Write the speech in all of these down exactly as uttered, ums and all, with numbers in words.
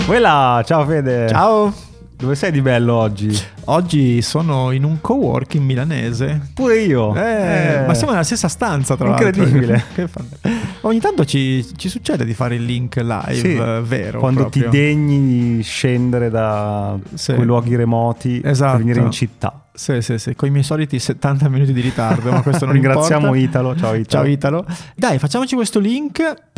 Quella, ciao Fede. Ciao. Dove sei di bello oggi? Oggi sono in un coworking milanese. Pure io. Eh, Eh. Ma siamo nella stessa stanza, tra Incredibile. l'altro. Che fan- Ogni tanto ci, ci succede di fare il link live, Sì, eh, vero. quando proprio. ti degni di scendere da Sì. quei luoghi remoti Esatto. per venire in città. Sì, sì, sì, con i miei soliti settanta minuti di ritardo, ma questo non Ringraziamo importa. Italo. Ciao Italo. Ciao Italo. Dai, facciamoci questo link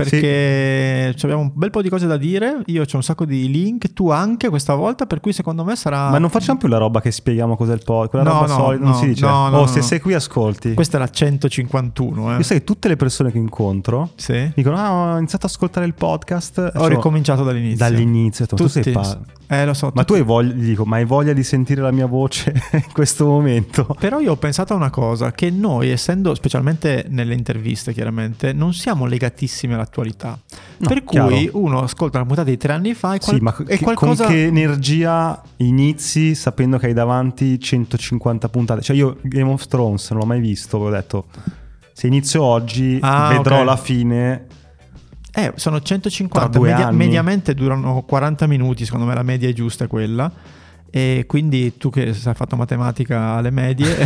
perché ci abbiamo un bel po' di cose da dire. Io c'ho un sacco di link, tu anche questa volta, per cui secondo me sarà... Ma non facciamo più la roba che spieghiamo cos'è il podcast, quella No, roba no, solita, no, non si dice. no, no, oh, no, se no. sei qui ascolti. Questa è la centocinquantuno, eh. Io sai che tutte le persone che incontro Sì. dicono "Ah, ho iniziato ad ascoltare il podcast". Ho Cioè, ricominciato dall'inizio. dall'inizio. Tu, tu sei Tutti. pa- Eh, lo so. Ma tutti. tu hai voglia, gli dico, ma hai voglia di sentire la mia voce in questo momento? Però io ho pensato a una cosa, che noi, essendo specialmente nelle interviste chiaramente, non siamo legatissimi all'attualità. No, per chiaro. cui uno ascolta una puntata di tre anni fa e, qual- Sì, ma e che- qualcosa... con che energia inizi sapendo che hai davanti centocinquanta puntate? Cioè io Game of Thrones non l'ho mai visto, ho detto se inizio oggi Ah, vedrò ok. la fine. Eh, sono centocinquanta, Tra due media- anni. mediamente durano quaranta minuti, secondo me la media è giusta è quella. E quindi tu che hai fatto matematica alle medie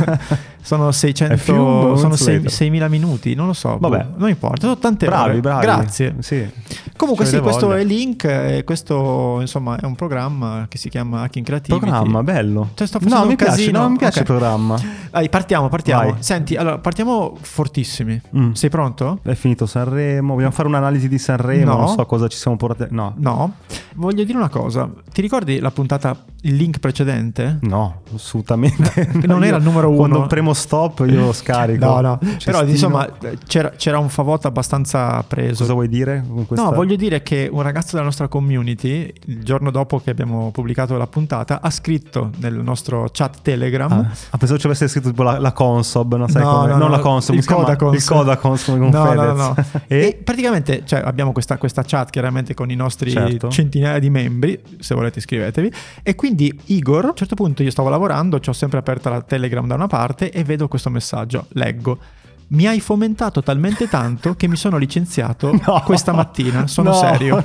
sono seicento, A few moments sono sei- later. seimila minuti, non lo so, Vabbè. boh, non importa, sono tante Bravi, ore. bravi. Grazie. Sì. Comunque Ci sì, avete questo voglia. è il link e questo insomma è un programma che si chiama Hacking Creativity. Programma, bello. Cioè, sto facendo no, mi un piace, casino. no, mi piace Ok. il programma. Dai, partiamo, partiamo. Vai. Senti, allora, partiamo fortissimi. Mm. Sei pronto? È finito Sanremo, vogliamo fare un'analisi di Sanremo, No. non so cosa ci siamo portati. No. No. Voglio dire una cosa. Ti ricordi la puntata, il link precedente? No, assolutamente. Non Io era il numero uno. Quando premo stop io lo scarico. No, no. Però Cestino. insomma c'era, c'era un favotto abbastanza preso. Cosa vuoi dire con questa? No, voglio dire che un ragazzo della nostra community, il giorno dopo che abbiamo pubblicato la puntata, ha scritto nel nostro chat Telegram. Ah, ah, pensavo ci avesse scritto tipo la, la Consob, non sai No, come? no, non no, la Consob, il come si chiama? Codacons. Il Codacons come con No, no, Fedez. no, no. E, E praticamente cioè, abbiamo questa, questa chat chiaramente con i nostri Certo. centinaia di membri, se volete iscrivetevi. E quindi Igor, a un certo punto io stavo lavorando, ci ho sempre aperta la Telegram da una parte e vedo questo messaggio, leggo: mi hai fomentato talmente tanto che mi sono licenziato No. questa mattina, sono No. serio.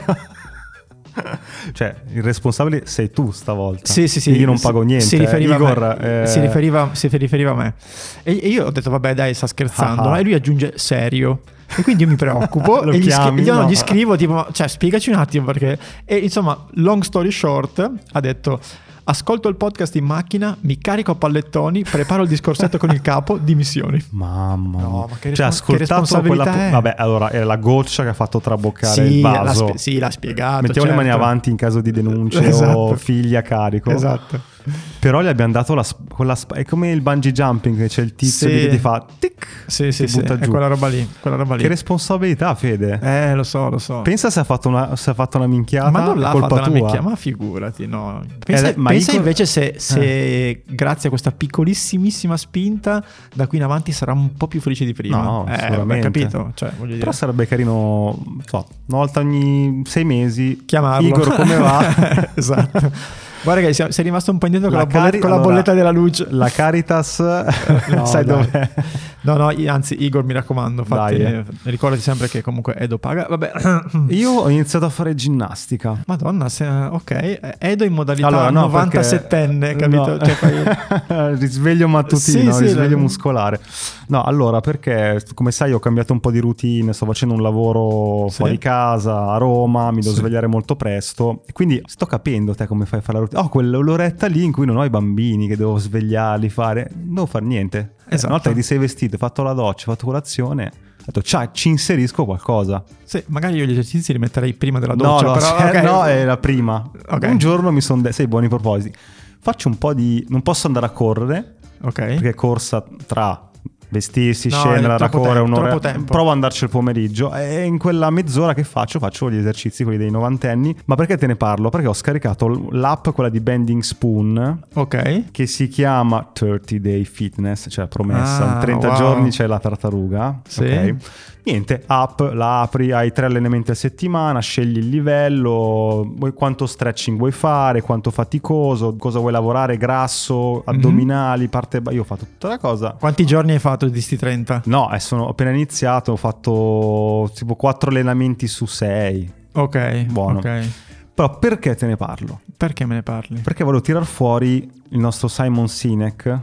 Cioè, il responsabile sei tu stavolta. Sì, sì, sì. Io non pago niente. Si riferiva, eh. Igor, a me. eh, Si riferiva, si riferiva a me. E, e io ho detto, vabbè, dai, sta scherzando. Ah, ah. E lui aggiunge serio. E quindi io mi preoccupo Lo e gli, chiami? scri- io No. gli scrivo, tipo, ma- cioè, spiegaci un attimo perché. E insomma, long story short, ha detto: ascolto il podcast in macchina, mi carico a pallettoni, preparo il discorsetto con il capo, dimissioni. Mamma mia. No, ma che cioè, respons- ascoltato che responsabilità quella pu- è? Vabbè, allora è la goccia che ha fatto traboccare Sì, il l'ha vaso. spie- sì, l'ha spiegato. Mettiamo le mani certo. avanti in caso di denunce o Esatto. figli a carico. Esatto. Però gli abbiamo dato la sp- quella sp- è come il bungee jumping, che c'è il tizio Sì. che ti fa tic, Sì, sì, ti sì, butta è giù. quella roba lì. Quella roba lì. Che responsabilità, Fede. Eh, lo so, lo so. Pensa se ha fatto una, se ha fatto una minchiata, Ma non è l'ha colpa fatta tua. una minchia, ma figurati, no. Pensa, Eh, ma pensa Igor- invece se, se grazie a questa piccolissimissima spinta da qui in avanti sarà un po' più felice di prima. No, eh, sicuramente. vabbè, capito? Cioè, voglio dire, Però sarebbe carino, non so, una volta ogni sei mesi chiamarlo. Igor, come va? Esatto. Guarda che sei sei rimasto un po' indietro con La la, bolletta, cari- con la allora, bolletta della luce. La Caritas No, sai dai. dov'è? No, no, anzi, Igor, mi raccomando, fatti, Dai, eh. ricordati sempre che comunque Edo paga. Vabbè. Io ho iniziato a fare ginnastica. Madonna, se- ok. Edo in modalità Allora, no, novantasettenne, perché- capito? no. Cioè, fai- Risveglio mattutino, Sì, sì, risveglio no. muscolare. No, allora, perché come sai ho cambiato un po' di routine, sto facendo un lavoro Sì. fuori casa, a Roma, mi devo Sì. svegliare molto presto. E quindi sto capendo te come fai a fare la routine. Ho quell'oretta lì in cui non ho i bambini che devo svegliarli, fare... Non devo fare niente. Esatto. Una volta che ti sei vestito, hai fatto la doccia, hai fatto colazione, ho detto, ciao, ci inserisco qualcosa. Sì, magari io gli esercizi li metterei prima della No, doccia, no, però se- ok. no, è la prima. Ok. Un giorno mi sono detto, sei buoni propositi. Faccio un po' di... Non posso andare a correre, Ok. perché corsa tra vestirsi, No, scendere, è a troppo correre tempo, un'ora. troppo tempo. Provo ad andarci il pomeriggio e in quella mezz'ora che faccio faccio gli esercizi, quelli dei novantenni. Ma perché te ne parlo? Perché ho scaricato l'app, quella di Bending Spoon, Ok. che si chiama thirty day fitness, cioè promessa, Ah, in trenta wow. giorni c'è la tartaruga. Sì. Ok. Niente, app, la apri, hai tre allenamenti a settimana, scegli il livello, vuoi quanto stretching vuoi fare, quanto faticoso, cosa vuoi lavorare, grasso, addominali, parte... ba- Io ho fatto tutta la cosa. Quanti giorni hai fatto di sti trenta? No, eh, sono appena iniziato, ho fatto tipo quattro allenamenti su sei. Ok. Buono. Ok. Però perché te ne parlo? Perché me ne parli? Perché volevo tirar fuori il nostro Simon Sinek.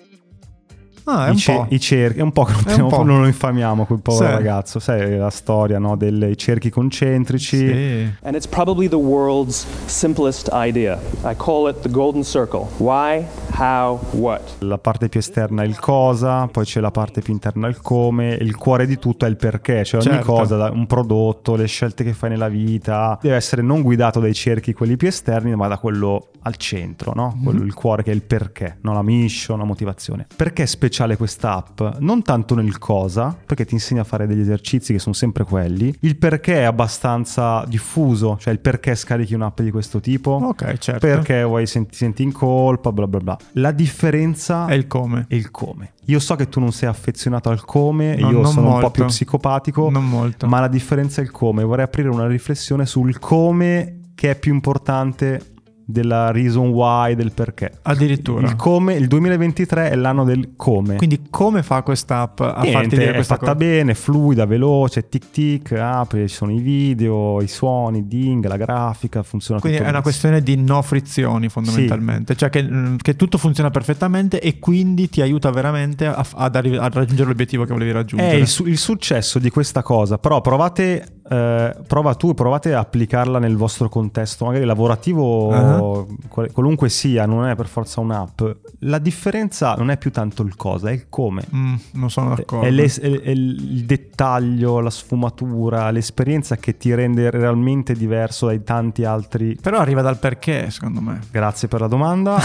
Ah, è I, un ce- po'. I cerchi, è un po' che non, È un teniamo- po'. non lo infamiamo quel povero Sì. ragazzo. Sai la storia, no? Dei cerchi concentrici. Sì. And it's probably the world's simplest idea. I call it the golden circle. Why, how, what. La parte più esterna è il cosa, poi c'è la parte più interna il come, e il cuore di tutto è il perché. Cioè ogni Certo. cosa, da- un prodotto, le scelte che fai nella vita, deve essere non guidato dai cerchi quelli più esterni, ma da quello al centro, no? Quello, il cuore, che è il perché, no? La mission, la motivazione. Perché è speciale questa app? Non tanto nel cosa, perché ti insegna a fare degli esercizi che sono sempre quelli. Il perché è abbastanza diffuso, cioè il perché scarichi un'app di questo tipo. Ok, certo. Perché vuoi senti, ti senti in colpa, bla bla bla. La differenza È il come. è il come. Io so che tu non sei affezionato al come, No, io non sono un molto. po' più psicopatico, Non molto. ma la differenza è il come. Vorrei aprire una riflessione sul come, che è più importante della reason why, del perché. Addirittura. Il come, il duemilaventitré è l'anno del come. Quindi come fa quest'app a Niente, farti dire è questa fatta cosa? bene, fluida, veloce, tic tic, apri, ci sono i video, i suoni, ding, la grafica, funziona Quindi tutto è una benissimo. questione di no frizioni fondamentalmente, cioè che, mm, che tutto funziona perfettamente e quindi ti aiuta veramente a, ad arri- a raggiungere l'obiettivo che volevi È raggiungere. il, su- il successo di questa cosa, però provate, eh, prova tu e provate a applicarla nel vostro contesto, magari lavorativo, Uh-huh. qual- qualunque sia, non è per forza un'app. La differenza non è più tanto il cosa, è il come. Mm, non sono d'accordo. È, l'es- è- è il dettaglio, la sfumatura, l'esperienza che ti rende realmente diverso dai tanti altri. Però arriva dal perché, secondo me. Grazie per la domanda.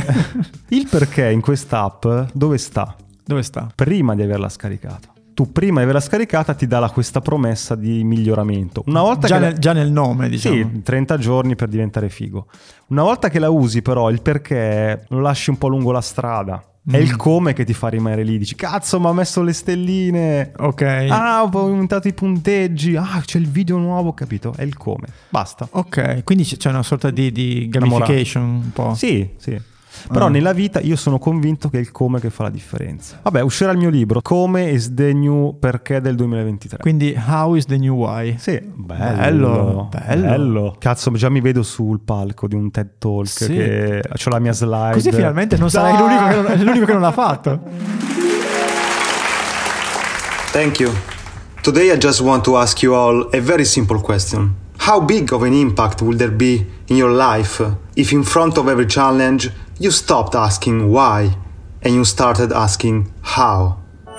Il perché in quest'app dove sta? Dove sta? Prima di averla scaricata. Tu prima di averla scaricata ti dà la, questa promessa di miglioramento. Una volta Già che nel, la- già nel nome, diciamo. Sì, trenta giorni per diventare figo. Una volta che la usi però il perché lo lasci un po' lungo la strada. È Mm. il come che ti fa rimanere lì. Dici cazzo, mi ha messo le stelline. Ok. Ah, ho aumentato i punteggi. Ah, c'è il video nuovo, capito? È il come. Basta. Ok, quindi c- c'è una sorta di, di gamification un po'. Sì, sì. Però Ah. nella vita io sono convinto che è il come che fa la differenza. Vabbè, uscirà il mio libro Come is the new perché del duemilaventitré. Quindi how is the new why? Sì, bello, Bello, bello. Cazzo, già mi vedo sul palco di un TED Talk, Sì. che ho la mia slide. Così finalmente non sarai Dai! l'unico che non, l'unico che non l'ha fatto. Thank you. Today I just want to ask you all a very simple question. How big of an impact will there be in your life if in front of every challenge you stopped asking why and you started asking how?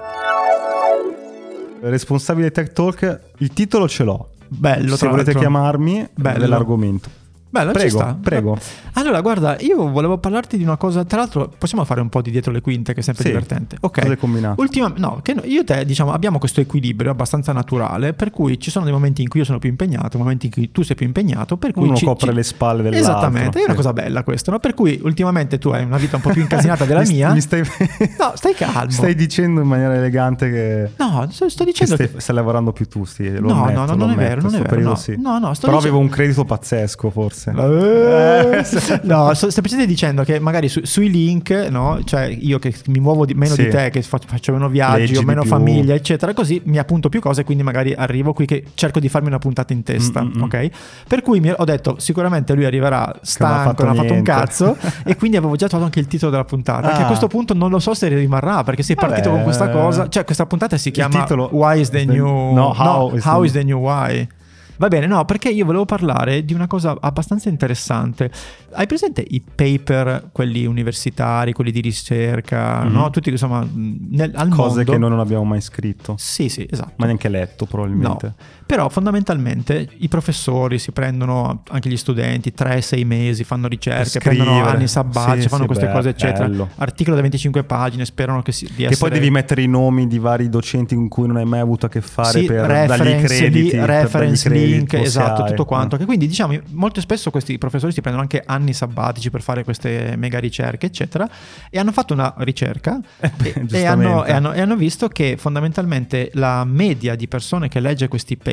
Responsabile TED Talk, il titolo ce l'ho. Bello, Se tra volete l'altro. chiamarmi, Bello. dell'argomento. Bello, Prego, ci sta. prego. Allora, guarda, io volevo parlarti di una cosa. Tra l'altro, possiamo fare un po' di dietro le quinte, che è sempre Sì. divertente. Ok. Cosa hai combinato? Ultima, no, che no- io e te, diciamo, abbiamo questo equilibrio abbastanza naturale, per cui ci sono dei momenti in cui io sono più impegnato, momenti in cui tu sei più impegnato, per cui Uno ci- copre ci- le spalle dell'altro. Esattamente, è una Sì. cosa bella questo, no? Per cui ultimamente tu hai una vita un po' più incasinata della Mi- mia. Mi stai... No, stai calmo. Stai dicendo in maniera elegante che... No, sto, sto Che dicendo stai, che stai lavorando più tu, sì, lo No, ammetto, no, no, lo non è ammetto, vero, non è sto vero, periodo no. sì. No, no, sto Però dicendo- avevo un credito pazzesco, forse. Eh, no, sto semplicemente dicendo che magari su- sui link, no? Cioè io che mi muovo di- meno Sì. di te, che fa- faccio meno viaggi, Leggi ho di meno più. famiglia, eccetera, così mi appunto più cose, quindi magari arrivo qui che cerco di farmi una puntata in testa, Mm-mm. ok? Per cui mi ho detto sicuramente lui arriverà stanco, non ha fatto un niente. cazzo e quindi avevo già trovato anche il titolo della puntata, che Ah. a questo punto non lo so se rimarrà, perché sei partito Vabbè. con questa cosa, cioè questa puntata si Il chiama titolo- Why is the the- new no, How is How the- is the new why? Va bene, no, perché io volevo parlare di una cosa abbastanza interessante. Hai presente i paper, quelli universitari, quelli di ricerca, Mhm. no? Tutti, insomma, nel, al Cose mondo. che noi non abbiamo mai scritto, Sì, sì, esatto. ma neanche letto probabilmente. No, però fondamentalmente i professori si prendono, anche gli studenti, tre sei mesi, fanno ricerche, Per prendono scrivere. anni sabbatici, Sì, fanno sì, queste beh, cose, eccetera. bello. Articolo da venticinque pagine, sperano che, si, di Che essere... poi devi mettere i nomi di vari docenti con cui non hai mai avuto a che fare Sì, per dargli reference, crediti, li- per reference dargli crediti, link, o se esatto, hai. tutto quanto. Ah. Che quindi diciamo molto spesso questi professori si prendono anche anni sabbatici per fare queste mega ricerche, eccetera, e hanno fatto una ricerca beh, e, e giustamente. hanno, e, hanno, e hanno visto che fondamentalmente la media di persone che legge questi paper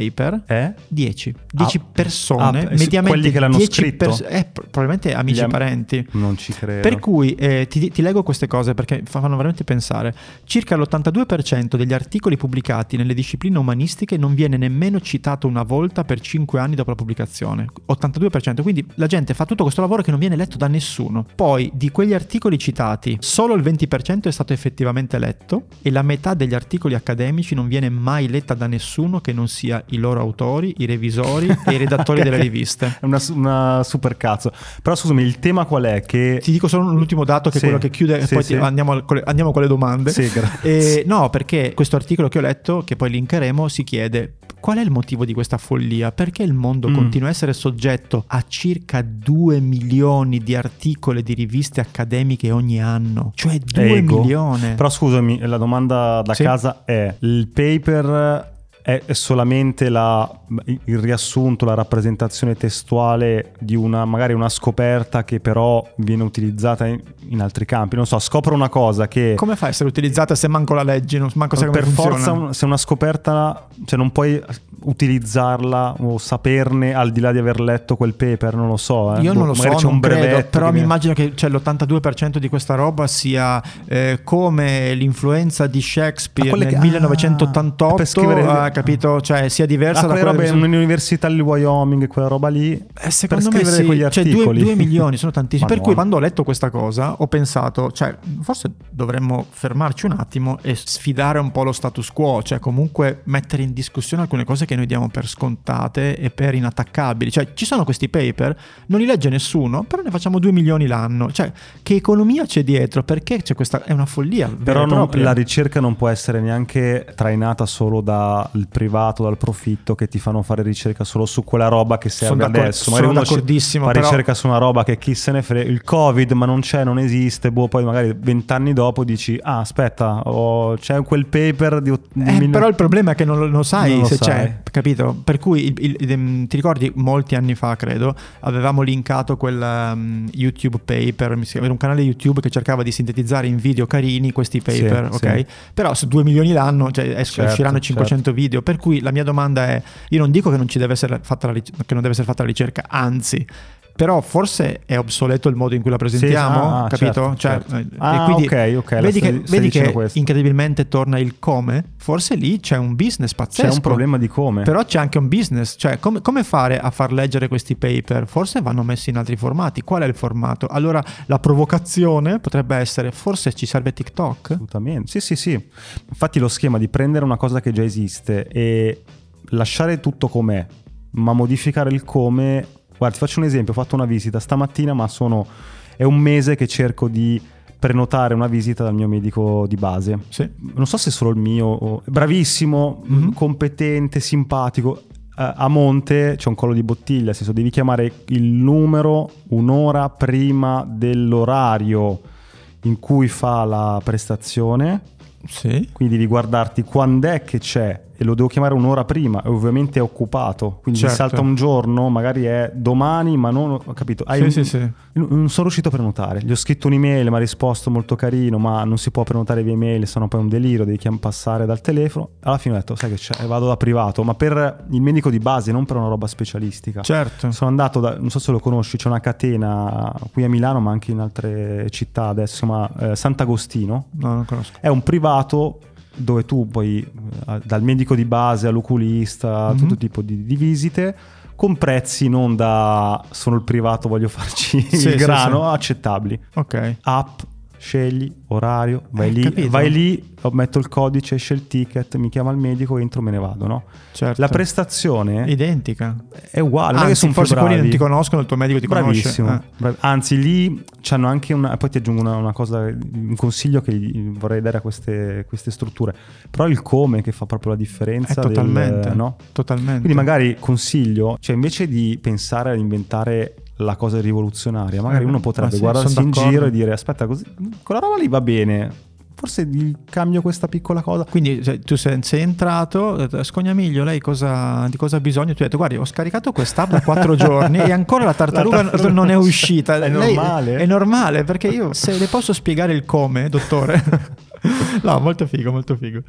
paper Eh? dieci dieci Ah, persone, ah, mediamente quelli che l'hanno dieci scritto? pers- eh, probabilmente amici Gli e am- parenti. Non ci credo. Per cui eh, ti, ti leggo queste cose perché fanno veramente pensare. Circa l'ottantadue per cento degli articoli pubblicati nelle discipline umanistiche non viene nemmeno citato una volta per cinque anni dopo la pubblicazione. ottantadue per cento, quindi la gente fa tutto questo lavoro che non viene letto da nessuno. Poi di quegli articoli citati solo il venti per cento è stato effettivamente letto e la metà degli articoli accademici non viene mai letta da nessuno che non sia i loro autori, i revisori e i redattori delle riviste. È una, una super cazzo. Però scusami, il tema qual è? Che Ti dico solo l'ultimo dato che Sì, è quello che chiude e sì, poi sì. ti- andiamo, al- con le, andiamo con le domande. Sì, grazie. E, no, perché questo articolo che ho letto, che poi linkeremo, si chiede qual è il motivo di questa follia? Perché il mondo Mm. continua a essere soggetto a circa due milioni di articoli di riviste accademiche ogni anno? Cioè due Ego. milioni. Però scusami, la domanda da Sì. casa è: il paper è solamente la, il riassunto, la rappresentazione testuale di una magari una scoperta che però viene utilizzata in, in altri campi? Non so, scopro una cosa che Come fa a essere utilizzata se manco la leggi, non manco sai come per funziona? forza un- se una scoperta, cioè non puoi utilizzarla o saperne al di là di aver letto quel paper, non lo so. eh. Io Boh, non lo so, magari c'è non un credo, brevetto però che mi viene- immagino che cioè, l'ottantadue per cento di questa roba sia eh, come l'influenza di Shakespeare Ah, quelle nel che- ah, millenovecentottantotto, per scrivere- ha capito? Cioè sia diversa Ah, da quelle quella robe che sono- in un'università di Wyoming, quella roba lì. Eh, secondo per me scrivere sì, quegli cioè due, articoli. due milioni sono tantissimi. Per Madonna. cui quando ho letto questa cosa ho pensato, cioè forse dovremmo fermarci un attimo e sfidare un po' lo status quo, cioè comunque mettere in discussione alcune cose che noi diamo per scontate e per inattaccabili. Cioè ci sono questi paper, non li legge nessuno, però ne facciamo due milioni l'anno. Cioè che economia c'è dietro? Perché c'è questa, è una follia vera Però e non- propria. la ricerca non può essere neanche trainata solo dal privato, dal profitto, che ti fanno fare ricerca solo su quella roba che serve Sono d'accordo- adesso. sono Magari uno ci- d'accordissimo, fa però- ricerca su una roba che chi se ne frega, il Covid, ma non c'è, non esiste, boh, poi magari vent'anni dopo dici ah aspetta, oh, c'è quel paper di, di Eh, mille- però il problema è che non lo, non sai Non lo se sai. c'è, capito? Per cui il- il- il- ti ricordi molti anni fa, credo, avevamo linkato quel um, YouTube paper, mi si- era un canale YouTube che cercava di sintetizzare in video carini questi paper, Sì, ok? sì. Però su due milioni l'anno, cioè es- Certo, usciranno cinquecento video, per cui la mia domanda è, io non dico che non ci deve essere fatta la, ric- che non deve essere fatta la ricerca, anzi, però forse è obsoleto il modo in cui la presentiamo, Sì, ah, capito? certo, Cioè, certo. eh, Ah, e quindi ok, ok, la vedi stai- che, stai vedi dicendo che questo. incredibilmente torna il come, forse lì c'è un business pazzesco. c'è un problema di come. Però c'è anche un business, cioè come, come fare a far leggere questi paper? Forse vanno messi in altri formati. Qual è il formato? Allora la provocazione potrebbe essere, forse ci serve TikTok? Assolutamente, sì sì sì. Infatti lo schema di prendere una cosa che già esiste e lasciare tutto com'è, ma modificare il come. Guarda, ti faccio un esempio, ho fatto una visita stamattina, ma sono è un mese che cerco di prenotare una visita dal mio medico di base. Sì. Non so se è solo il mio, o- bravissimo, Mhm. competente, simpatico. Eh, a monte c'è un collo di bottiglia, nel senso devi chiamare il numero un'ora prima dell'orario in cui fa la prestazione, Sì. quindi devi guardarti quando è che c'è e lo devo chiamare un'ora prima e ovviamente è occupato, quindi Certo. se salta un giorno magari è domani, ma non ho capito. Hai Sì, un- sì, sì. non non sono riuscito a prenotare, gli ho scritto un'email, mi ha risposto molto carino, ma non si può prenotare via email, sennò poi è un delirio, devi chiam- passare dal telefono. Alla fine ho detto sai che c'è, vado da privato, ma per il medico di base, non per una roba specialistica. Certo. Sono andato da, non so se lo conosci, c'è una catena qui a Milano ma anche in altre città adesso, si chiama eh, Sant'Agostino. No, non conosco. È un privato dove tu poi eh, dal medico di base all'oculista, Mhm. tutto tipo di, di visite con prezzi non da sono il privato, voglio farci Sì, il sì, grano, sì. accettabili. Ok. App, scegli orario, vai Eh, lì, capito. vai lì, metto il codice, esce il ticket, mi chiama il medico, entro, me ne vado, no? Certo. La prestazione identica. è uguale, non è che Anzi, sono più forse quelli non bravi. ti conoscono, il tuo medico ti Bravissimo. conosce. Eh. Bravi- Anzi, lì c'hanno anche una. Poi ti aggiungo una, una cosa, un consiglio che gli vorrei dare a queste, queste strutture. Però il come che fa proprio la differenza. Eh, totalmente. del- no? Totalmente. Quindi magari consiglio, cioè invece di pensare ad inventare la cosa rivoluzionaria, magari Eh, uno potrebbe ma sì, guardarsi son in d'accordo. giro e dire aspetta, così, quella roba lì va bene, forse gli cambio questa piccola cosa. Quindi cioè, tu sei, sei entrato, ho detto, Scognamiglio, lei cosa, di cosa ha bisogno? Tu hai detto, guardi, ho scaricato quest'app da quattro giorni e ancora la tartaruga, La tartaruga non è non c'è. uscita. È Lei- normale? È normale, perché io se le posso spiegare il come, dottore. No, molto figo, molto figo.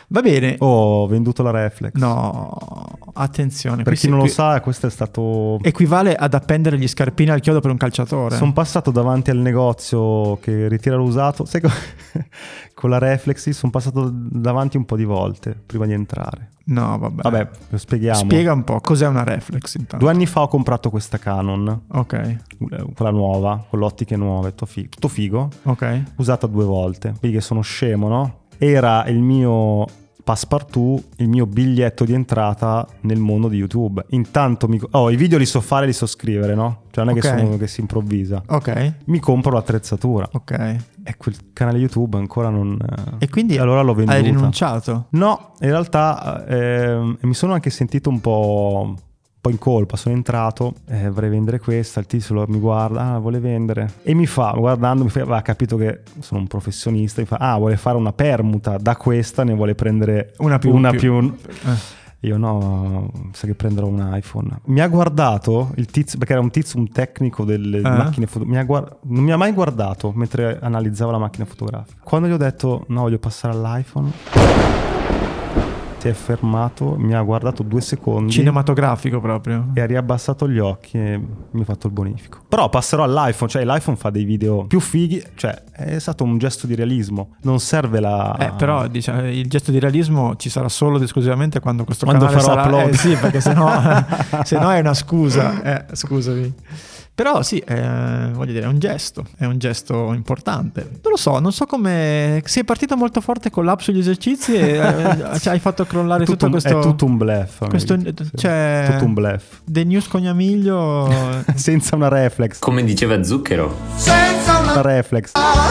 Va bene. Oh, ho venduto la reflex. No, attenzione. Per chi non lo sa, questo è stato... Equivale ad appendere gli scarpini al chiodo per un calciatore. Sono passato davanti al negozio che ritira l'usato. Sai co- con la reflex sono passato davanti un po' di volte prima di entrare. No, vabbè. Vabbè, lo spieghiamo. Spiega un po', cos'è una reflex intanto. Due anni fa ho comprato questa Canon. Ok. Quella nuova, con le ottiche nuove, tutto figo. Tutto figo. Ok. Usata due volte. Quindi che sono scemo, no? Era il mio passepartout, il mio biglietto di entrata nel mondo di YouTube. Intanto mi... Oh, i video li so fare, li so scrivere, no? Cioè non è Ok. che sono uno che si improvvisa. Ok. Mi compro l'attrezzatura. Ok. E quel canale YouTube ancora non... E quindi allora l'ho venduta. hai rinunciato? No, in realtà eh, mi sono anche sentito un po', un po' in colpa. Sono entrato, eh, vorrei vendere questa, il tizio mi guarda, ah, vuole vendere. E mi fa, guardando, mi fa, ha capito che sono un professionista, mi fa, ah, vuole fare una permuta, da questa ne vuole prendere Una più. Una più. più. Eh. Io no, sa che prenderò un iPhone. Mi ha guardato il tizio, perché era un tizio, un tecnico delle Ah. macchine fotografiche. Non mi ha mai guardato mentre analizzava la macchina fotografica. Quando gli ho detto no, voglio passare all'iPhone, si è fermato, mi ha guardato due secondi. Cinematografico proprio. E ha riabbassato gli occhi e mi ha fatto il bonifico. Però passerò all'iPhone, cioè l'iPhone fa dei video più fighi, cioè è stato un gesto di realismo. Non serve la... Eh, però diciamo, il gesto di realismo ci sarà solo ed esclusivamente quando questo Quando canale farò sarà... upload. Eh, sì, perché sennò, sennò è una scusa. Eh, scusami. Però sì, eh, voglio dire, è un gesto, è un gesto importante. Non lo so, non so come... Sei partito molto forte con l'app sugli esercizi e eh, ci hai fatto crollare È tutto, tutto un- questo... è tutto un bluff. questo- amici. Sì. cioè- Tutto un bluff. The News Cognamiglio... Senza una reflex. Come diceva Zucchero. Una reflex.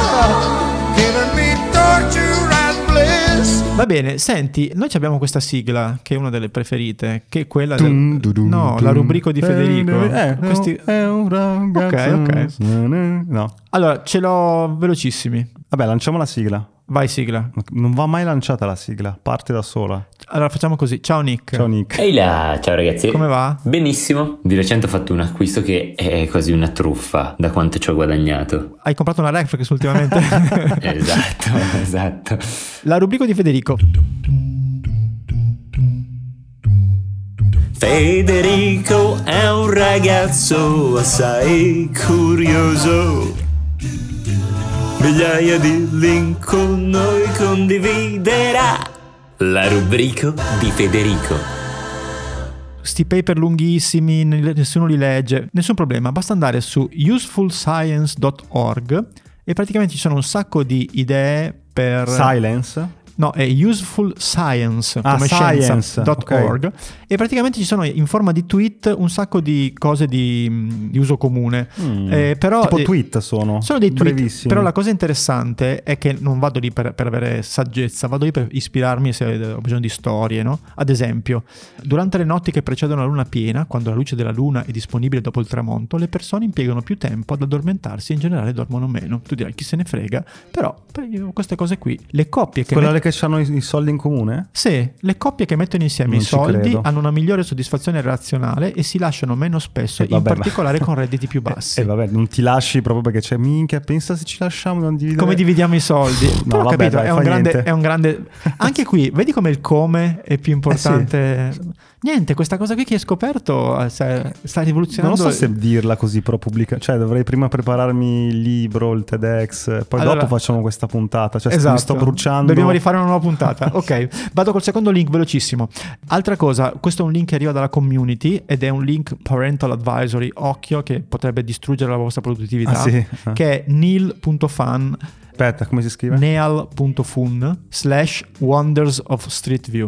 Va bene, senti, noi ci abbiamo questa sigla che è una delle preferite, che è quella Dun, del... dun, dun, no, dun. la rubrico di Federico. Eh, Questi- è un ragazzo. Ok, ok. No. Allora, ce l'ho velocissimi. Vabbè, lanciamo la sigla. Vai sigla. Non va mai lanciata la sigla, parte da sola. Allora facciamo così. Ciao Nick. Ciao Nick. Ehi là, ciao ragazzi. Come va? Benissimo. Di recente ho fatto un acquisto che è quasi una truffa da quanto ci ho guadagnato. Hai comprato una reflex ultimamente? Esatto, esatto. La rubrica di Federico. Federico è un ragazzo assai curioso. Migliaia di link con noi condividerà. La rubrica di Federico. Sti paper lunghissimi, nessuno li legge. Nessun problema, basta andare su useful science dot org e praticamente ci sono un sacco di idee per... Silence. No, è useful science Ah, come science, scienza dot org ok. e praticamente ci sono in forma di tweet un sacco di cose di, di uso comune. Mm. Eh, però, Tipo eh, tweet sono. Sono dei tweet, brevissimi. però la cosa interessante è che non vado lì per, per avere saggezza, vado lì per ispirarmi se ho bisogno di storie, no? Ad esempio, durante le notti che precedono la luna piena, quando la luce della luna è disponibile dopo il tramonto, le persone impiegano più tempo ad addormentarsi e in generale dormono meno. Tu dirai, chi se ne frega? Però per io, queste cose qui, le coppie che... Quella met- che hanno i, i soldi in comune? Sì, le coppie che mettono insieme Non i ci soldi credo. hanno una migliore soddisfazione relazionale e si lasciano meno spesso, Eh, vabbè, in particolare ma- con redditi più bassi. E eh, vabbè, non ti lasci proprio perché c'è minchia, pensa se ci lasciamo non dividere. Come dividiamo i soldi? No, Però ho vabbè, capito, dai, è, un fa grande, niente. è un grande... Anche qui, vedi come il come è più importante? Niente, questa cosa qui che hai scoperto eh, sta, sta rivoluzionando... Non so se dirla così però pubblica, cioè dovrei prima prepararmi il libro, il TEDx, poi Allora- dopo facciamo questa puntata, cioè Esatto. mi sto bruciando. Dobbiamo rifare una nuova puntata. Ok, vado col secondo link velocissimo. Altra cosa, questo è un link che arriva dalla community ed è un link parental advisory, occhio che potrebbe distruggere la vostra produttività, Ah, sì? Ah. che è neal punto fan Aspetta, come si scrive? neal punto fun slash wonders of street view.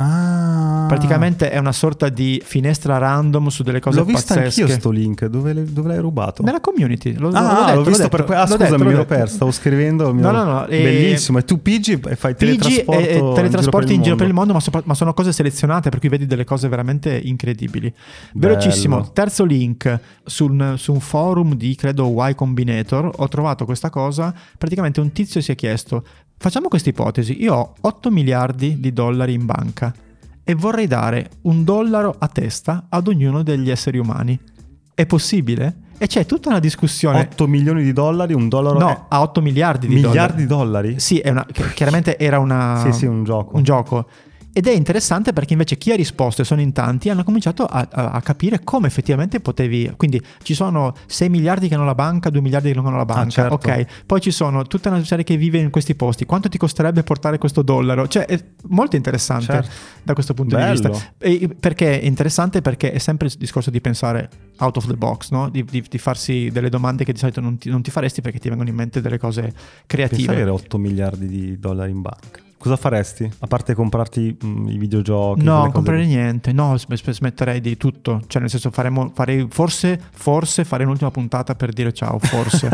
Ah. Praticamente è una sorta di finestra random su delle cose L'ho vista pazzesche. anch'io sto link, dove, le- dove l'hai rubato? Nella community. L'ho, Ah, l'ho detto, l'ho visto detto, per que- ah, l'ho scusami, detto, l'ho mi ero detto. perso, stavo scrivendo. mi No, ero- no, no, e- Bellissimo, e tu pigi e fai Pigi teletrasporto, e, e teletrasporti in giro per il mondo. mondo, ma, sopra- ma sono cose selezionate, per cui vedi delle cose veramente incredibili. Velocissimo, Bello. terzo link su un, su un forum di credo Y Combinator ho trovato questa cosa. Praticamente un tizio si è chiesto: facciamo questa ipotesi, io ho otto miliardi di dollari in banca e vorrei dare un dollaro a testa ad ognuno degli esseri umani. È possibile? E c'è tutta una discussione. otto milioni di dollari, un dollaro... No, è... a otto miliardi di miliardi dollari. di dollari? Sì, è una, chiaramente era una, sì, sì, un gioco. un gioco. Ed è interessante perché invece chi ha risposto, e sono in tanti, hanno cominciato a, a, a capire come effettivamente potevi... Quindi ci sono sei miliardi che hanno la banca, due miliardi che non hanno la banca, ah, certo. ok. Poi ci sono tutta una serie che vive in questi posti. Quanto ti costerebbe portare questo dollaro? Cioè è molto interessante, certo, da questo punto Bello. di vista. E perché è interessante? Perché è sempre il discorso di pensare out of the box, no? Di, di, di farsi delle domande che di solito non ti, non ti faresti perché ti vengono in mente delle cose creative. Pensa avere otto miliardi di dollari in banca. Cosa faresti? A parte comprarti mh, i videogiochi? No, non comprerei niente. No, smetterei di tutto. Cioè, nel senso, faremo, farei forse, forse farei un'ultima puntata per dire ciao. Forse,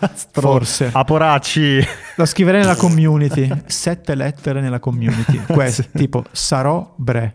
forse. A poracci. Lo scriverei nella community. Sette lettere nella community. Questo, tipo, sarò bre.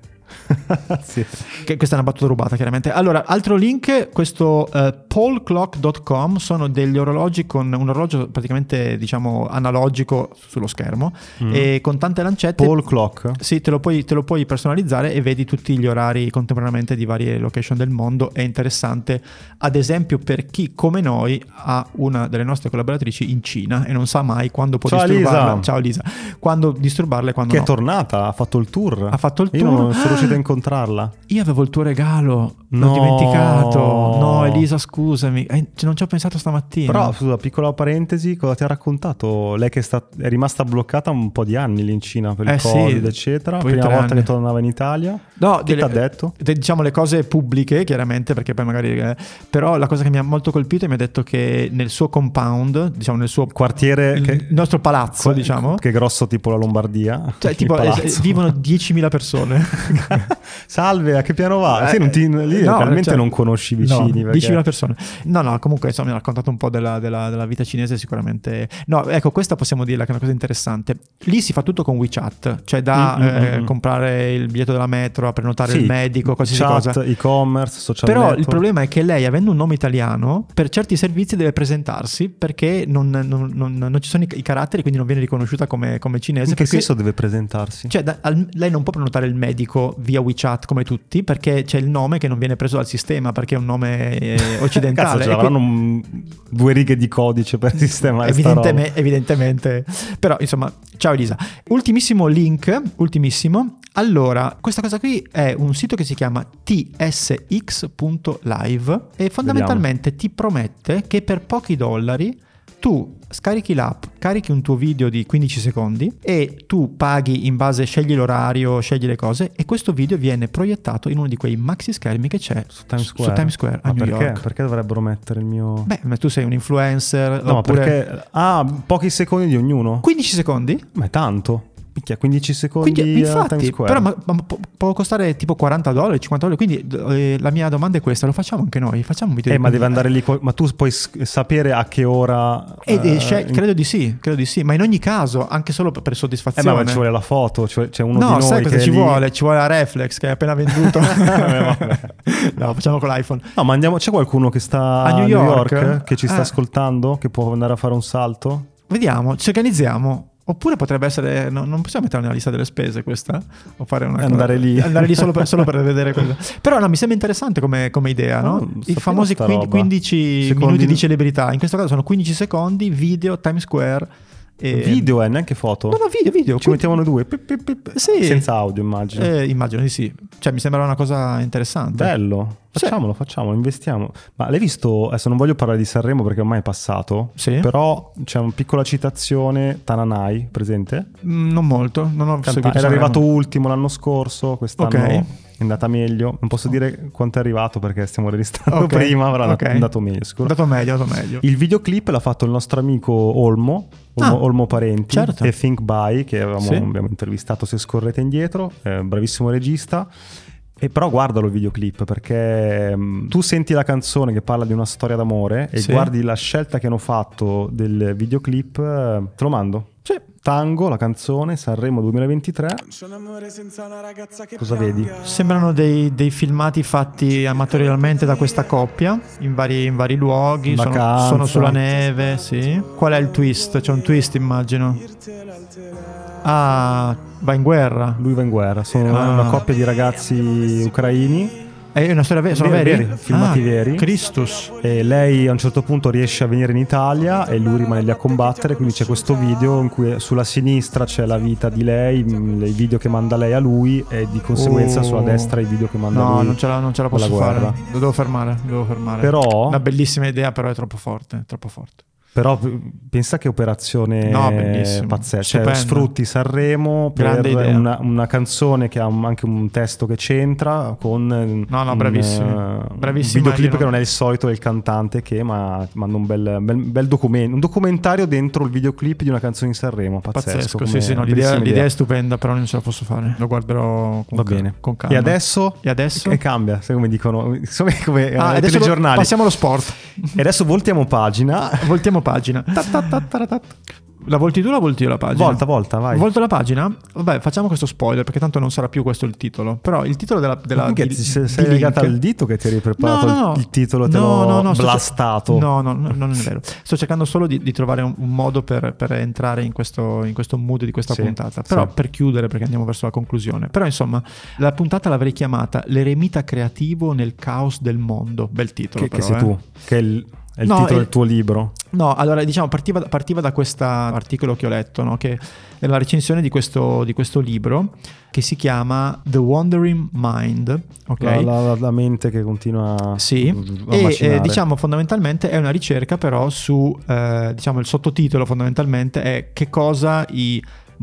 Sì. Che questa è una battuta rubata, chiaramente. Allora, altro link, questo uh, polclock dot com, sono degli orologi con un orologio praticamente, diciamo, analogico sullo schermo, mm. e con tante lancette. Paul Clock? Sì, te lo puoi, te lo puoi personalizzare e vedi tutti gli orari contemporaneamente di varie location del mondo. È interessante, ad esempio, per chi come noi ha una delle nostre collaboratrici in Cina e non sa mai quando può Ciao disturbarla. Lisa. Ciao Lisa. Quando disturbarla e quando che no. Che è tornata, ha fatto il tour. Ha fatto il Io tour. non sono riuscito a incontrarla. Io avevo il tuo regalo, no. l'ho dimenticato. No, Elisa, scusami, eh, non ci ho pensato stamattina. Però, scusa, piccola parentesi, cosa ti ha raccontato? Lei che è, sta- è rimasta bloccata un po' di anni lì in Cina per il eh, Covid, sì, eccetera. Prima volta anni. che tornava in Italia. No, che delle, ti ha detto? De, diciamo le cose pubbliche, chiaramente, perché poi magari... Eh, però la cosa che mi ha molto colpito, mi ha detto che nel suo compound, diciamo nel suo... quartiere... Il, che, il nostro palazzo, que- diciamo. Che è grosso tipo la Lombardia. Cioè, tipo, eh, vivono diecimila persone. Salve, a che piano va? Eh, sì, non ti, lì no, realmente cioè, non conosci i vicini. No, perché... diecimila persone. No, no, comunque insomma mi ha raccontato un po' della, della, della vita cinese sicuramente. No, ecco, questa possiamo dirla che è una cosa interessante. Lì si fa tutto con WeChat, cioè da mm-hmm. eh, comprare il biglietto della metro, a prenotare sì, il medico, qualsiasi chat, cosa. e-commerce, social Però network. il problema è che lei, avendo un nome italiano, per certi servizi deve presentarsi perché non, non, non, non ci sono i, i caratteri, quindi non viene riconosciuta come, come cinese. In che perché, senso deve presentarsi? Cioè da, al, lei non può prenotare il medico via WeChat come tutti, perché c'è il nome che non viene preso dal sistema perché è un nome eh, occidentale. Cazzo, avranno un, due righe di codice per sistemare Evidenteme, evidentemente. Però insomma, ciao Elisa. Ultimissimo link, ultimissimo. Allora, questa cosa qui è un sito che si chiama T S X punto live e fondamentalmente Vediamo. ti promette che per pochi dollari tu scarichi l'app, carichi un tuo video di quindici secondi e tu paghi in base, scegli l'orario, scegli le cose e questo video viene proiettato in uno di quei maxi schermi che c'è su Times Square, su Times Square a Ma New perché? York. Perché dovrebbero mettere il mio... Beh, ma tu sei un influencer. No, oppure... perché... Ah, pochi secondi di ognuno? quindici secondi? Ma è tanto. Picchia, quindici secondi quindi, a infatti, Times Square. però ma, ma può, può costare tipo quaranta dollari, cinquanta dollari, quindi eh, la mia domanda è questa, lo facciamo anche noi? Facciamo un video Eh, di ma quindi, deve andare lì, ma tu puoi s- sapere a che ora... Eh, eh, scel- in... Credo di sì, credo di sì, ma in ogni caso, anche solo per, per Eh, soddisfazione. ma ci vuole la foto, cioè, c'è uno no, di noi sai cosa che ci è lì... vuole? Ci vuole la Reflex che hai appena venduto. No, facciamo con l'iPhone. No, ma andiamo, c'è qualcuno che sta a New York, New York che ci sta eh. ascoltando, che può andare a fare un salto? Vediamo, ci organizziamo. Oppure potrebbe essere, no, non possiamo mettere nella lista delle spese questa? O fare una andare cosa, lì andare lì solo per, solo per vedere quello. Però no, mi sembra interessante come, come idea, no? no I famosi quindici, quindici secondi... minuti di celebrità. In questo caso sono quindici secondi, video, Times Square. E... Video, eh, neanche foto. No, no, video, video. Ci quindi... mettiamo noi due. Pip, pip, pip. Sì. Senza audio, immagino. Eh, immagino di sì. Cioè, mi sembra una cosa interessante. Bello. Facciamolo, sì. facciamolo, investiamo. Ma l'hai visto? Adesso non voglio parlare di Sanremo perché ormai è passato. Sì. Però c'è una piccola citazione. Tananai, presente? Mm, non molto. Non ho Canta- era arrivato ultimo l'anno scorso. Quest'anno okay. è andata meglio. Non posso dire quanto è arrivato perché stiamo registrando okay. prima, però okay. è andato meglio. Sicuro. È andato meglio, è andato meglio. Il videoclip l'ha fatto il nostro amico Olmo. Olmo, ah, Olmo Parenti, certo. e Think By, che avevamo, sì. abbiamo intervistato se scorrete indietro, eh, bravissimo regista. E però guardalo il videoclip perché um, tu senti la canzone che parla di una storia d'amore e sì. guardi la scelta che hanno fatto del videoclip, eh, te lo mando. Sì. Tango, la canzone, Sanremo duemilaventitré. Cosa vedi? Sembrano dei, dei filmati fatti amatorialmente da questa coppia in vari, in vari luoghi, sono, sono sulla neve, sì. Qual è il twist? C'è un twist, immagino. Ah, va in guerra. Lui va in guerra, sono ah. una coppia di ragazzi ucraini È una storia vera, sono Veri, veri? veri, filmati Ah, veri. Christus. E lei a un certo punto riesce a venire in Italia e lui rimane lì a combattere, quindi c'è questo video in cui sulla sinistra c'è la vita di lei, i video che manda lei a lui, e di conseguenza Oh. sulla destra i video che manda No, lui. non ce la, non ce la con la posso fare. guerra. Lo devo fermare, lo devo fermare. Però- Una bellissima idea, però è troppo forte, troppo forte. Però pensa che operazione No, bellissimo. pazzesca, cioè, Stupendo. sfrutti Sanremo per Grande idea. una, una canzone che ha un- anche un testo che c'entra con No, no, un, bravissimi. eh, Bravissimi, un videoclip io non- che non è il solito del cantante, che ma manda un bel, bel, bel documento, un documentario dentro il videoclip di una canzone di Sanremo, pazzesco. Pazzesco, come- sì, sì, no, l'idea, bellissima l'idea idea. è stupenda, però non ce la posso fare. Lo guarderò con, Va ca- bene. con calma. E adesso? E adesso? E cambia, sai come dicono, insomma, come Ah, ai adesso lo- telegiornali. passiamo allo sport. E adesso voltiamo pagina. Voltiamo pagina. La volti tu o la volti io la pagina? Volta, volta, vai. Volto la pagina? Vabbè, facciamo questo spoiler perché tanto non sarà più questo il titolo. Però il titolo della, della Che di, ti sei, di sei legata Link- al dito che ti eri preparato No, no, no. il titolo, te No, l'ho no, no, sto blastato. cer- No, no, no, non è vero. Sto cercando solo di, di trovare un, un modo per, per entrare in questo, in questo mood di questa Sì, puntata. Però sì. per chiudere, perché andiamo verso la conclusione. Però insomma, la puntata l'avrei chiamata L'eremita creativo nel caos del mondo. Bel titolo, Che, che però, sei eh. tu, che è il, è il No, titolo è- del tuo libro. No, allora diciamo partiva, partiva da questo articolo che ho letto, no? Che è la recensione di questo, di questo libro che si chiama The Wandering Mind, ok? La, la- la mente che continua Sì, a e macinare. eh, diciamo fondamentalmente è una ricerca però su, eh, diciamo il sottotitolo fondamentalmente è che cosa i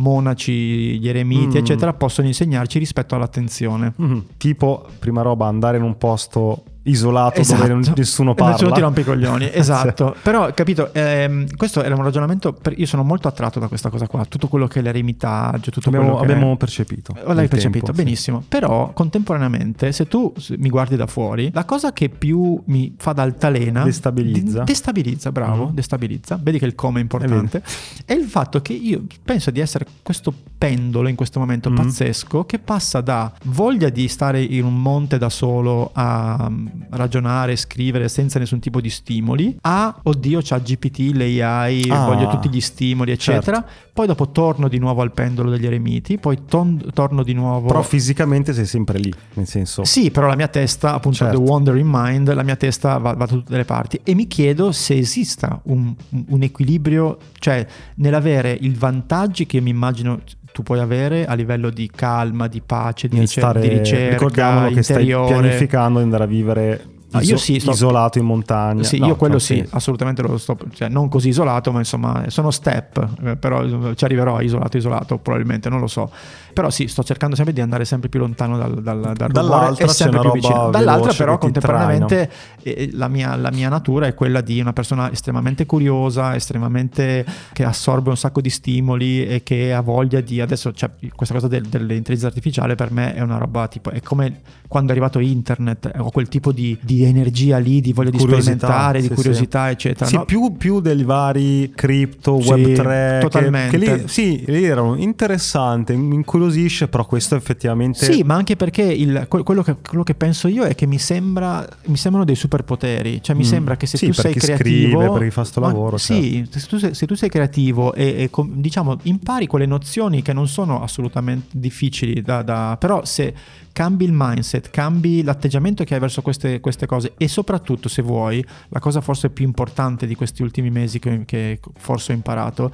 monaci, gli eremiti Mm. eccetera possono insegnarci rispetto all'attenzione. Mhm. Tipo, prima roba, andare in un posto isolato Esatto. dove non- nessuno parla. Nessuno ti rompe i coglioni, esatto. Sì. Però, capito, ehm, questo era un ragionamento, per- io sono molto attratto da questa cosa qua, tutto quello che è l'eremitaggio, tutto Abbiamo, quello che abbiamo è... percepito. Oh, l'hai nel percepito, tempo, sì. benissimo. Però contemporaneamente, se tu s- mi guardi da fuori, la cosa che più mi fa da altalena, Destabilizza. di- destabilizza, bravo, Mhm. destabilizza. Vedi che il come è importante. È, il fatto che io penso di essere questo pendolo in questo momento Mhm. pazzesco che passa da voglia di stare in un monte da solo a mm, ragionare, scrivere senza nessun tipo di stimoli, a oddio c'ha G P T, l'A I, Ah, voglio tutti gli stimoli eccetera. certo. Poi dopo torno di nuovo al pendolo degli eremiti, poi ton- torno di nuovo. Però fisicamente sei sempre lì, nel senso... Sì, però la mia testa, appunto, Certo. The Wandering Mind, la mia testa va, va da tutte le parti e mi chiedo se esista un, un equilibrio, cioè nell'avere i vantaggi che mi immagino tu puoi avere a livello di calma, di pace, di, nel ricer- stare- di ricerca ricordiamolo che stai interiore. pianificando di andare a vivere Ah, io iso- sì, sto- isolato in montagna. Sì, No, io quello cioè, sì, assolutamente lo sto, cioè non così isolato, ma insomma sono step, eh, però ci arriverò isolato, isolato, probabilmente, non lo so. Però sì, sto cercando sempre di andare sempre più lontano dal, dal, dal rumore Dall'altra e sempre c'è una più vicino. roba Dall'altra veloce però che ti contemporaneamente eh, la, mia, la mia natura è quella di una persona estremamente curiosa, estremamente che assorbe un sacco di stimoli e che ha voglia di... Adesso cioè, questa cosa del- dell'intelligenza artificiale per me è una roba tipo... È come quando è arrivato internet, ho quel tipo di, di energia lì, di voglia di Curiosità, sperimentare, di sì, curiosità eccetera. Sì, no? più, più dei vari cripto, Sì, web tre, totalmente. Che, che lì, sì, lì erano interessante, mi incuriosisce, però questo effettivamente... Sì, ma anche perché il- que- quello, che, quello che penso io è che mi sembra mi sembrano dei superpoteri. Cioè, mi Mm. sembra che se Sì, tu per sei chi creativo, scrive, per chi fa sto ma- lavoro, sì, se tu sei, se tu sei creativo e, e com- diciamo impari quelle nozioni che non sono assolutamente difficili da, da- però se cambi il mindset, cambi l'atteggiamento che hai verso queste, queste cose e soprattutto se vuoi, la cosa forse più importante di questi ultimi mesi che, che forse ho imparato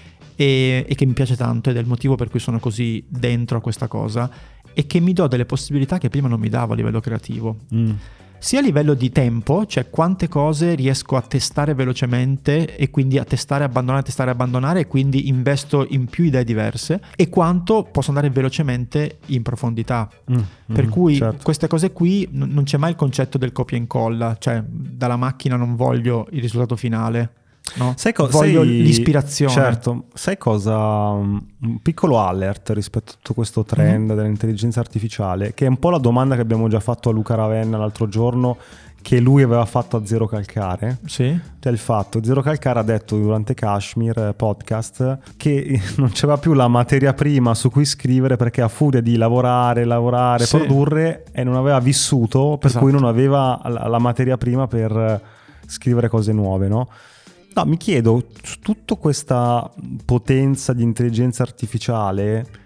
e, e che mi piace tanto ed è il motivo per cui sono così dentro a questa cosa è che mi do delle possibilità che prima non mi davo a livello creativo. Mm. Sia a livello di tempo, cioè quante cose riesco a testare velocemente e quindi a testare, abbandonare, testare, abbandonare e quindi investo in più idee diverse e quanto posso andare velocemente in profondità. Mm, Per mm, cui certo. queste cose qui n- non c'è mai il concetto del copia e incolla, cioè dalla macchina non voglio il risultato finale. No? Sai co- voglio sai- l'ispirazione. Certo, sai cosa? Un piccolo alert rispetto a tutto questo trend Mm-hmm. dell'intelligenza artificiale, che è un po' la domanda che abbiamo già fatto a Luca Ravenna l'altro giorno, che lui aveva fatto a Zero Calcare. Sì. Cioè il fatto, Zero Calcare ha detto durante Kashmir eh, podcast che non c'era più la materia prima su cui scrivere perché a furia di lavorare, lavorare, Sì. produrre e non aveva vissuto, per Esatto. cui non aveva la, la materia prima per eh, scrivere cose nuove, no? No, mi chiedo, su tutta questa potenza di intelligenza artificiale,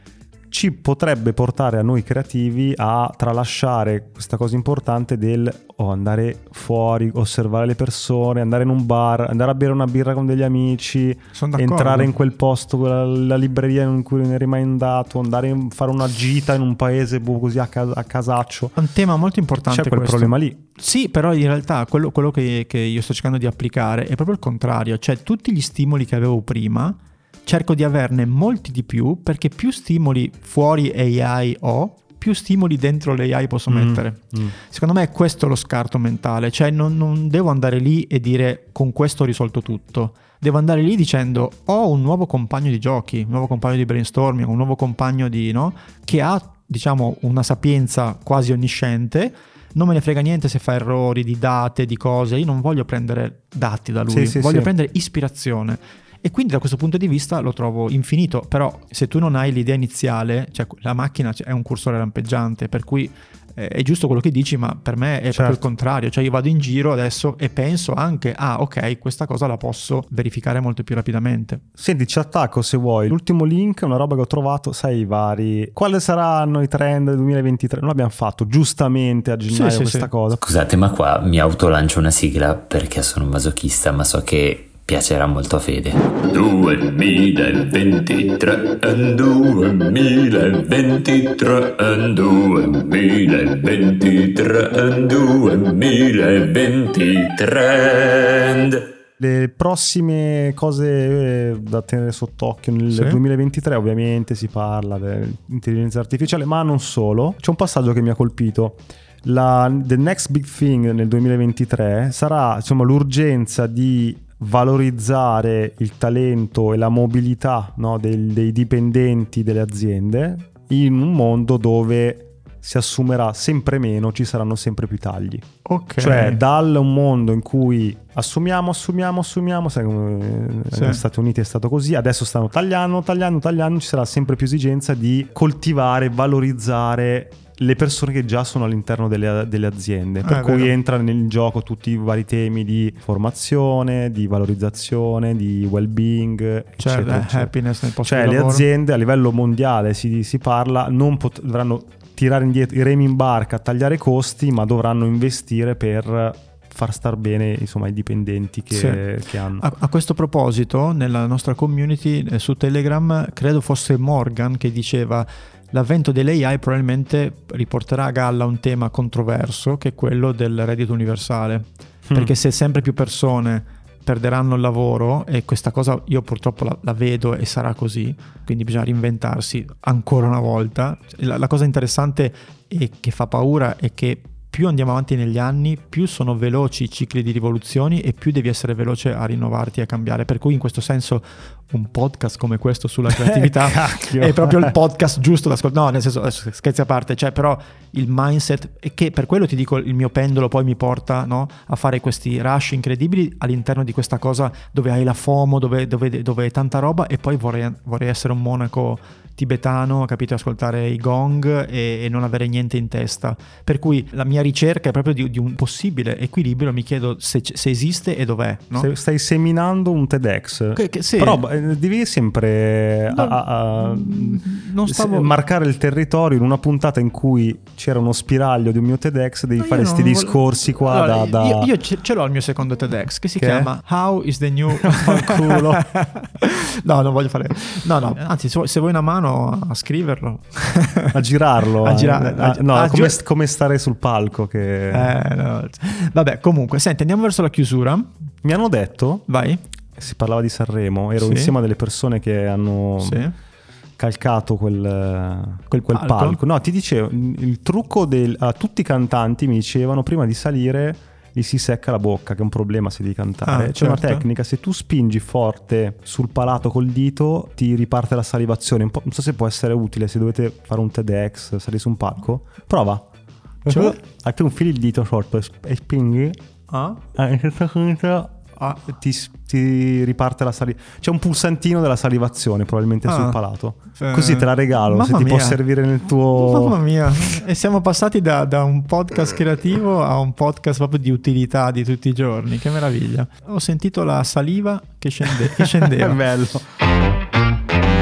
ci potrebbe portare a noi creativi a tralasciare questa cosa importante del oh, andare fuori, osservare le persone, andare in un bar, andare a bere una birra con degli amici, entrare in quel posto, quella, la libreria in cui non eri mai andato, andare a fare una gita in un paese così a, cas- a casaccio. Un tema molto importante. C'è quel questo. problema lì. Sì, però in realtà quello, quello che, che io sto cercando di applicare è proprio il contrario, cioè tutti gli stimoli che avevo prima cerco di averne molti di più, perché più stimoli fuori A I ho, più stimoli dentro l'A I posso mm, mettere. Mm. Secondo me è questo lo scarto mentale, cioè non, non devo andare lì e dire con questo ho risolto tutto. Devo andare lì dicendo ho un nuovo compagno di giochi, un nuovo compagno di brainstorming, un nuovo compagno di, no? Che ha, diciamo, una sapienza quasi onnisciente. Non me ne frega niente se fa errori di date, di cose. Io non voglio prendere dati da lui, sì, sì, voglio sì. prendere ispirazione. E quindi da questo punto di vista lo trovo infinito. Però se tu non hai l'idea iniziale, cioè la macchina è un cursore lampeggiante, per cui eh, è giusto quello che dici, ma per me è certo. proprio il contrario. Cioè io vado in giro adesso e penso anche ah ok, questa cosa la posso verificare molto più rapidamente. Senti, ci attacco se vuoi l'ultimo link, una roba che ho trovato, sai, i vari quali saranno i trend del duemilaventitré. Non l'abbiamo fatto giustamente a gennaio, sì, sì, questa sì. cosa. Scusate, ma qua mi autolancio una sigla perché sono un masochista, ma so che piacerà molto a Fede. duemilaventitré, duemilaventitré, duemilaventitré, duemilaventitré. Le prossime cose da tenere sott'occhio nel sì. duemilaventitré, ovviamente si parla dell'intelligenza artificiale, ma non solo. C'è un passaggio che mi ha colpito. La, the next big thing nel duemilaventitré sarà, insomma, l'urgenza di valorizzare il talento e la mobilità, no, dei, dei dipendenti delle aziende in un mondo dove si assumerà sempre meno, ci saranno sempre più tagli. Okay. Cioè dal un mondo in cui assumiamo, assumiamo, assumiamo, sai come sì. negli Stati Uniti è stato così, adesso stanno tagliando, tagliando, tagliando, ci sarà sempre più esigenza di coltivare, valorizzare le persone che già sono all'interno delle, delle aziende, per eh, cui vero. entrano nel gioco tutti i vari temi di formazione, di valorizzazione, di well-being, cioè eccetera, eccetera. Happiness nel posto cioè di le lavoro. aziende a livello mondiale si, si parla, non pot- dovranno tirare indietro i remi in barca, tagliare i costi, ma dovranno investire per far star bene, insomma, i dipendenti che, sì. che hanno. A, a questo proposito, nella nostra community eh, su Telegram, credo fosse Morgan che diceva: l'avvento dell'A I probabilmente riporterà a galla un tema controverso, che è quello del reddito universale, mm. perché se sempre più persone perderanno il lavoro, e questa cosa io purtroppo la, la vedo e sarà così, quindi bisogna reinventarsi ancora una volta. La, la cosa interessante e che fa paura è che più andiamo avanti negli anni, più sono veloci i cicli di rivoluzioni e più devi essere veloce a rinnovarti e a cambiare. Per cui in questo senso un podcast come questo sulla creatività è proprio il podcast giusto da ascoltare. No, nel senso, scherzi a parte, cioè però il mindset, e che per quello ti dico il mio pendolo poi mi porta, no, a fare questi rush incredibili all'interno di questa cosa dove hai la FOMO, dove, dove, dove è tanta roba, e poi vorrei, vorrei essere un monaco tibetano, capito, ascoltare i gong e, e non avere niente in testa. Per cui la mia ricerca è proprio di, di un possibile equilibrio. Mi chiedo se, se esiste e dov'è, no? Stai seminando un TEDx, che, che, sì. però devi sempre no, a, a, non stavo... marcare il territorio. In una puntata in cui c'era uno spiraglio di un mio TEDx devi no, fare questi voglio... discorsi qua. Allora, da, da... Io, io ce, ce l'ho il mio secondo TEDx che si che chiama è? How is the new culo. No, non voglio fare, no no anzi se vuoi una mano a scriverlo, a girarlo, a girare, a, a, no, a come, gi- come stare sul palco che... eh, no. Vabbè, comunque senti, andiamo verso la chiusura. Mi hanno detto, vai, si parlava di Sanremo, ero sì. insieme a delle persone che hanno sì. calcato quel, quel, quel palco. palco. No, ti dicevo, il trucco del, a tutti i cantanti mi dicevano prima di salire gli si secca la bocca, che è un problema se devi cantare. Ah, C'è certo. una tecnica, se tu spingi forte sul palato col dito ti riparte la salivazione. Un po', non so se può essere utile se dovete fare un TEDx, salire su un palco. Prova. Cioè, a te un fili il dito forte e spingi. Ah? A questo punto ah, ti, ti riparte la saliva. C'è un pulsantino della salivazione probabilmente ah, sul palato. eh, Così te la regalo, mamma se ti mia. può servire nel tuo... Mamma mia. E siamo passati da, da un podcast creativo a un podcast proprio di utilità di tutti i giorni. Che meraviglia. Ho sentito la saliva che, scende, che scendeva. È bello.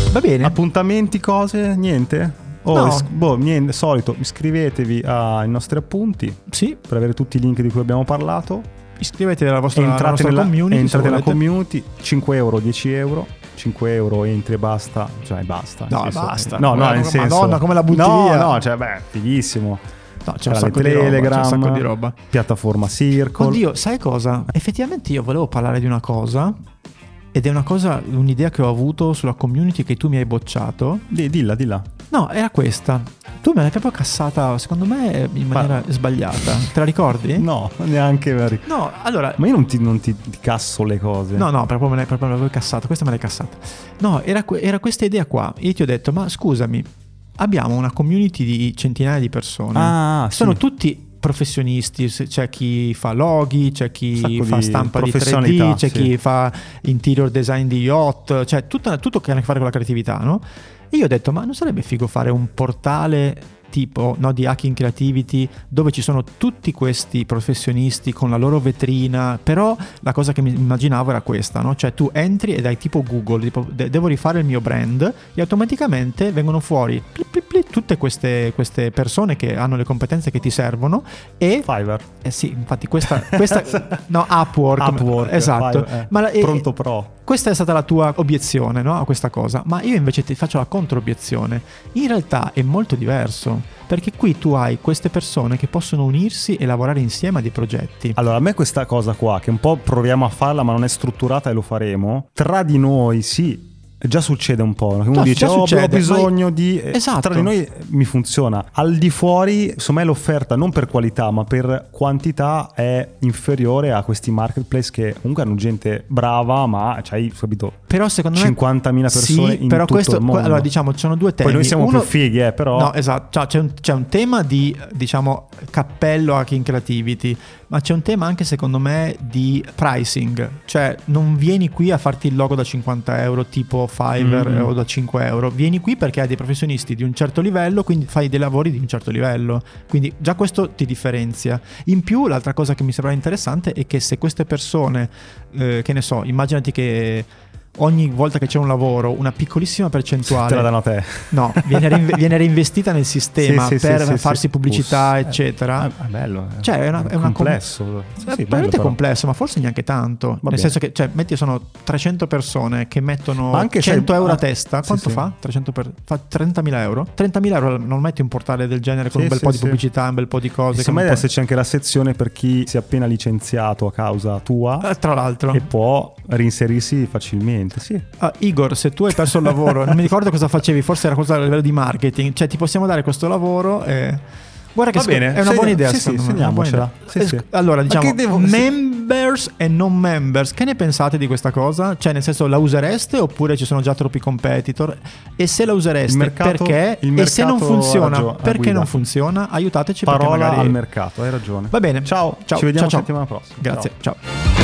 Va bene. Appuntamenti, cose, niente? Oh, No. is- boh, niente, solito, iscrivetevi ai nostri appunti Sì, per avere tutti i link di cui abbiamo parlato. iscrivetevi alla vostra, alla Entrate nostra nella, community. se entrate nella volete. community, cinque euro, dieci euro. cinque euro entri e basta, cioè basta. nel No, senso- basta. No, no, Madonna, nel senso. Madonna, come la butti no, via. No, cioè, beh, fighissimo. No, c'è un Canale sacco di roba, Telegram, c'è un sacco di roba. piattaforma Circle. Oddio, sai cosa? Effettivamente io volevo parlare di una cosa, ed è una cosa, un'idea che ho avuto sulla community che tu mi hai bocciato. Di, dilla, dilla. No, era questa. Tu me l'hai proprio cassata, secondo me, in maniera sbagliata. Te la ricordi? No, neanche veri. No, allora... Ma io non ti, non ti, ti casso le cose. No, no, proprio me l'hai, proprio me l'avevo cassata. Questa me l'hai cassata. No, era, que- era questa idea qua. Io ti ho detto, ma scusami, abbiamo una community di centinaia di persone. Ah, Sono sì. tutti professionisti, se- c'è chi fa loghi, c'è chi Sacco fa di stampa di tre D, professionalità, c'è sì. chi fa interior design di yacht, cioè tutta- tutto che ha a che fare con la creatività, no? E io ho detto, ma non sarebbe figo fare un portale tipo, no, di Hacking Creativity dove ci sono tutti questi professionisti con la loro vetrina, però la cosa che mi immaginavo era questa, no? Cioè tu entri ed hai tipo Google, tipo, de- devo rifare il mio brand, e automaticamente vengono fuori pli, pli, pli, tutte queste, queste persone che hanno le competenze che ti servono. E Fiverr. eh sì, infatti questa, questa no, Upwork, Upwork, esatto. Fiverr, eh. Ma la- e- Pronto Pro. Questa è stata la tua obiezione, no, a questa cosa, ma io invece ti faccio la controobiezione. In realtà è molto diverso, perché qui tu hai queste persone che possono unirsi e lavorare insieme a dei progetti. Allora, a me questa cosa qua, che un po' proviamo a farla ma non è strutturata e lo faremo, tra di noi sì, già succede un po', no? Che uno Già- dice già oh, succede, ho bisogno ma- di... Esatto. Tra di noi mi funziona. Al di fuori, insomma, l'offerta non per qualità ma per quantità è inferiore a questi marketplace che comunque hanno gente brava, ma c'hai, capito, Però secondo me cinquantamila persone sì, in però tutto questo, il mondo. allora diciamo, ci sono due temi. Poi noi siamo Uno- più fighi, eh, però... No, esatto, cioè, c'è, un, c'è un tema di, diciamo, cappello Hacking Creativity, ma c'è un tema anche secondo me di pricing, cioè non vieni qui a farti il logo da cinquanta euro tipo Fiverr Mm-hmm. o da cinque euro, vieni qui perché hai dei professionisti di un certo livello, quindi fai dei lavori di un certo livello, quindi già questo ti differenzia. In più l'altra cosa che mi sembra interessante è che se queste persone, eh, che ne so, immaginati che ogni volta che c'è un lavoro una piccolissima percentuale Te la danno a te. no, viene, reinve- viene reinvestita nel sistema Sì, sì, per sì, sì, farsi sì. pubblicità, Eh, eccetera. È, è bello. È, Cioè, è una- è una com- complesso. Sì, È sì, veramente bello, però. complesso, ma forse neanche tanto. Va Nel bene. senso che, cioè, metti sono trecento persone che mettono Ma anche cento se- euro a ah, testa. sì, Quanto sì. fa? trecento per, fa trentamila euro? trentamila euro non metti un portale del genere con Sì, un bel sì, po' di sì. pubblicità, un bel po' di cose. E che secondo me non deve esserci anche la sezione per chi si è appena licenziato a causa tua può- Eh, tra l'altro. e può reinserirsi facilmente. Sì. Ah, Igor, se tu hai perso il lavoro, non mi ricordo cosa facevi, forse era cosa a livello di marketing, cioè ti possiamo dare questo lavoro e... Guarda che Va sc- bene, è una segna- buona idea, sì, secondo sì, me, è una buona segniamocela. idea. Sì, Eh, sì. Allora, Ma diciamo, che devo- members e non members, che ne pensate di questa cosa? Cioè, nel senso, la usereste oppure ci sono già troppi competitor? E se la usereste, Il mercato- perché? il E se non mercato funziona, ha ragio- ha perché guida. non funziona? Aiutateci perché Parola magari... al mercato, hai ragione. Va bene. Ciao, Ciao, ci vediamo ciao, ciao. settimana prossima. Grazie, Ciao. ciao.